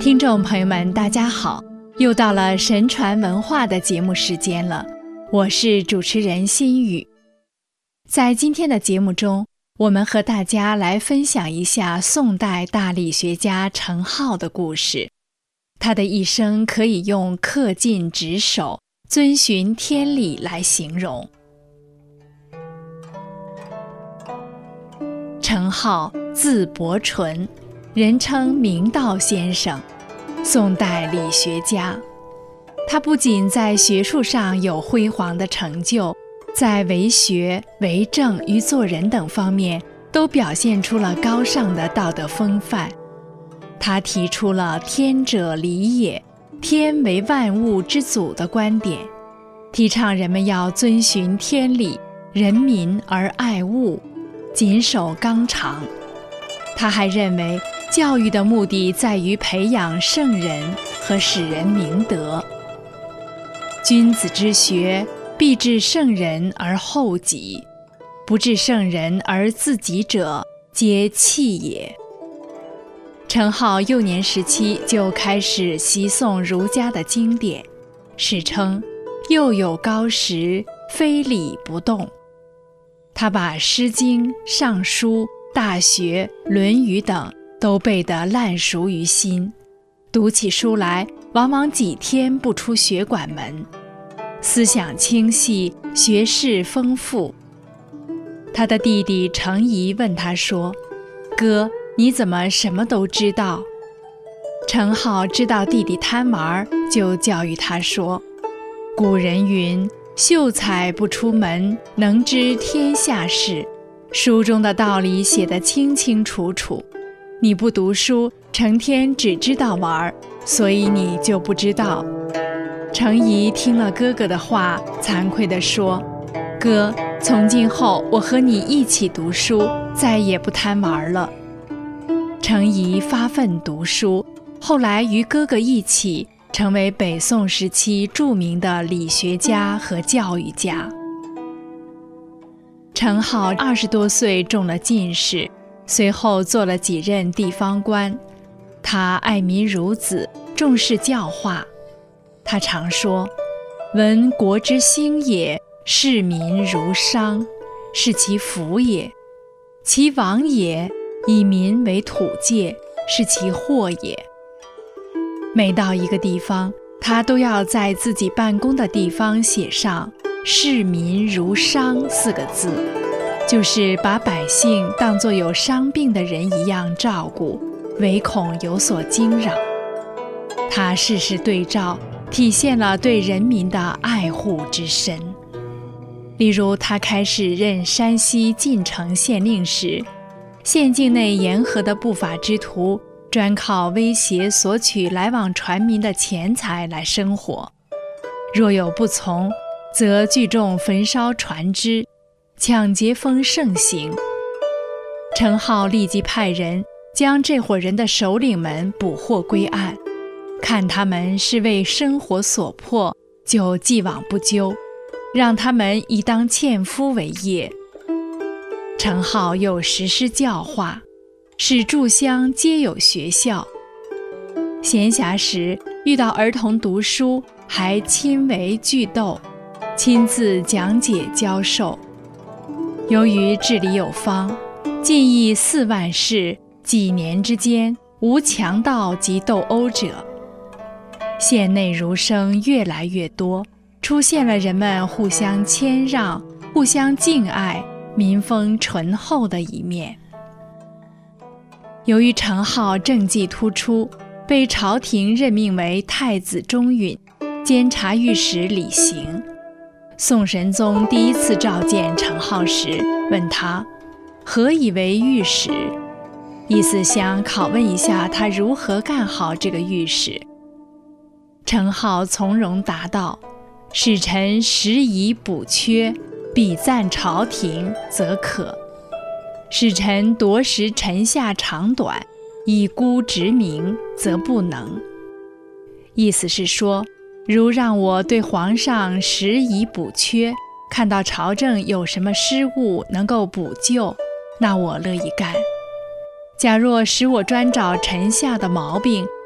听众朋友们，大家好，又到了神传文化的节目时间了，我是主持人心雨。在今天的节目中，我们和大家来分享一下宋代大理学家程颢的故事。他的一生可以用恪尽职守、遵循天理来形容。程颢字伯纯，人称明道先生，宋代理学家。他不仅在学术上有辉煌的成就，在为学、为政与做人等方面都表现出了高尚的道德风范。他提出了天者理也，天为万物之祖的观点，提倡人们要遵循天理，人民而爱物，谨守纲常。他还认为教育的目的在于培养圣人和使人明德。君子之学，必致圣人而后己，不致圣人而自己者，皆弃也。程颢幼年时期就开始习诵儒家的经典，史称幼有高识，非礼不动。他把《诗经》《尚书》《大学》《论语》等都背得烂熟于心，读起书来往往几天不出学馆门，思想清晰，学识丰富。他的弟弟程颐问他说：“哥，你怎么什么都知道？”程颢知道弟弟贪玩，就教育他说：“古人云，秀才不出门，能知天下事。书中的道理写得清清楚楚，你不读书，成天只知道玩，所以你就不知道。”程颐听了哥哥的话，惭愧地说：“哥，从今后我和你一起读书，再也不贪玩了。”程颐发奋读书，后来与哥哥一起成为北宋时期著名的理学家和教育家。程颢20多岁中了进士，随后做了几任地方官。他爱民如子，重视教化。他常说：“闻国之兴也，视民如商，是其福也；其亡也，以民为土芥，是其祸也。”每到一个地方，他都要在自己办公的地方写上“视民如商”4个字，就是把百姓当作有伤病的人一样照顾，唯恐有所惊扰。他事事对照，体现了对人民的爱护之深。例如，他开始任山西晋城县令时，县境内沿河的不法之徒专靠威胁索取来往船民的钱财来生活，若有不从，则聚众焚烧船只，抢劫风盛行。程颢立即派人将这伙人的首领们捕获归案，看他们是为生活所迫，就既往不咎，让他们以当纤夫为业。程颢又实施教化，使诸乡皆有学校。闲暇时遇到儿童读书，还亲为句逗，亲自讲解教授。由于治理有方，晋邑4万市，几年之间无强盗及斗殴者。县内儒生越来越多，出现了人们互相谦让、互相敬爱、民风淳厚的一面。由于程颢政绩突出，被朝廷任命为太子中允、监察御史李行。宋神宗第一次召见程颢时，问他何以为御史，意思想拷问一下他如何干好这个御史。程颢从容答道：“使臣时以补缺，比赞朝廷，则可；使臣夺食臣下长短，以孤直名，则不能。”意思是说，如让我对皇上时以补缺，看到朝政有什么失误能够补救，那我乐意干。假若使我专找臣下的毛病，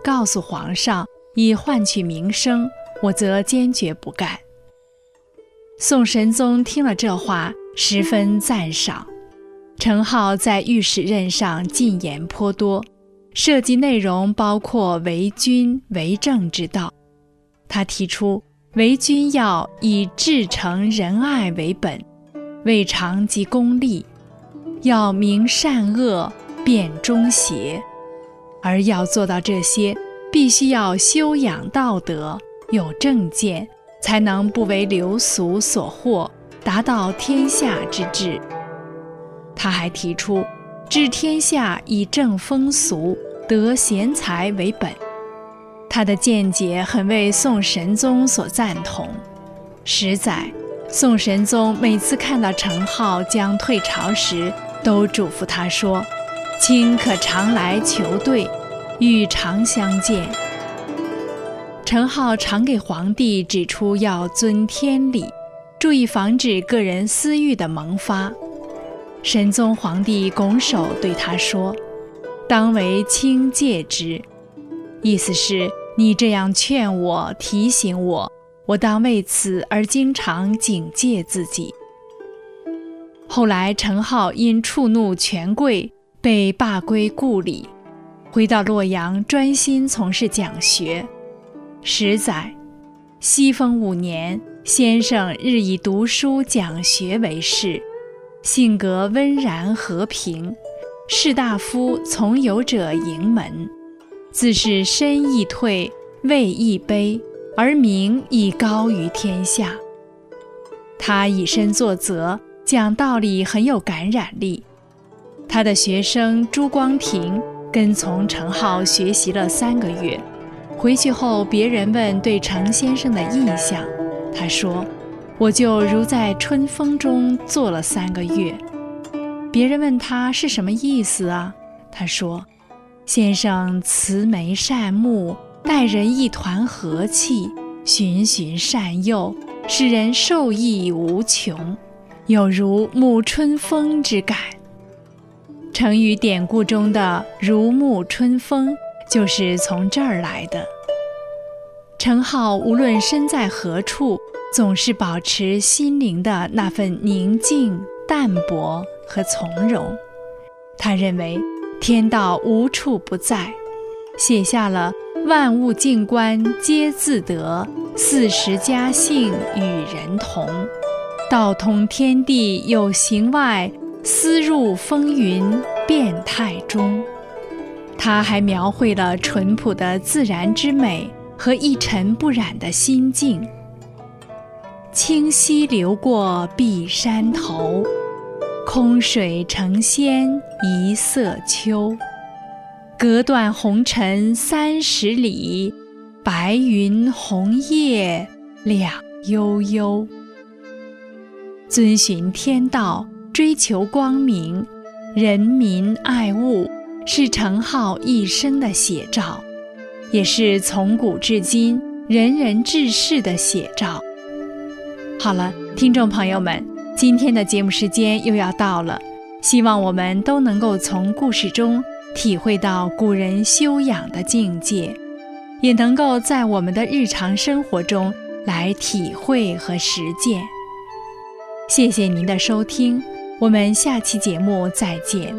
告诉皇上，以换取名声，我则坚决不干。宋神宗听了这话，十分赞赏。程颢在御史任上进言颇多，涉及内容包括为君为政之道。他提出，为君要以至诚仁爱为本，未尝及功利，要明善恶，辨忠邪。而要做到这些，必须要修养道德，有正见，才能不为流俗所惑，达到天下之治。他还提出，治天下以正风俗，得贤才为本。他的见解很为宋神宗所赞同。实载，宋神宗每次看到程颢将退朝时，都嘱咐他说：“卿可常来求对，欲常相见。”程颢常给皇帝指出要遵天理，注意防止个人私欲的萌发。神宗皇帝拱手对他说：“当为卿戒之。”意思是你这样劝我提醒我，我当为此而经常警戒自己。后来程颢因触怒权贵，被罢归故里，回到洛阳专心从事讲学。实载，熙丰5年，先生日以读书讲学为事，性格温然和平，士大夫从有者迎门，自是身亦退，位亦卑，而名亦高于天下。他以身作则，讲道理很有感染力。他的学生朱光庭跟从程颢学习了3个月，回去后别人问对程先生的印象，他说：“我就如在春风中坐了3个月。”别人问他是什么意思啊？他说：“先生慈眉善目，待人一团和气，循循善诱，使人受益无穷，有如沐春风之感。”成语典故中的如沐春风就是从这儿来的。程颢无论身在何处，总是保持心灵的那份宁静、淡泊和从容。他认为天道无处不在，写下了万物静观皆自得，40家姓与人同，道通天地有形外，思入风云变态中。他还描绘了淳朴的自然之美和一尘不染的心境。清溪流过碧山头，空水成仙一色秋。隔断红尘30里，白云红叶两悠悠。遵循天道，追求光明，人民爱物，是程颢一生的写照，也是从古至今仁人志士的写照。好了，听众朋友们，今天的节目时间又要到了，希望我们都能够从故事中体会到古人修养的境界，也能够在我们的日常生活中来体会和实践。谢谢您的收听，我们下期节目再见。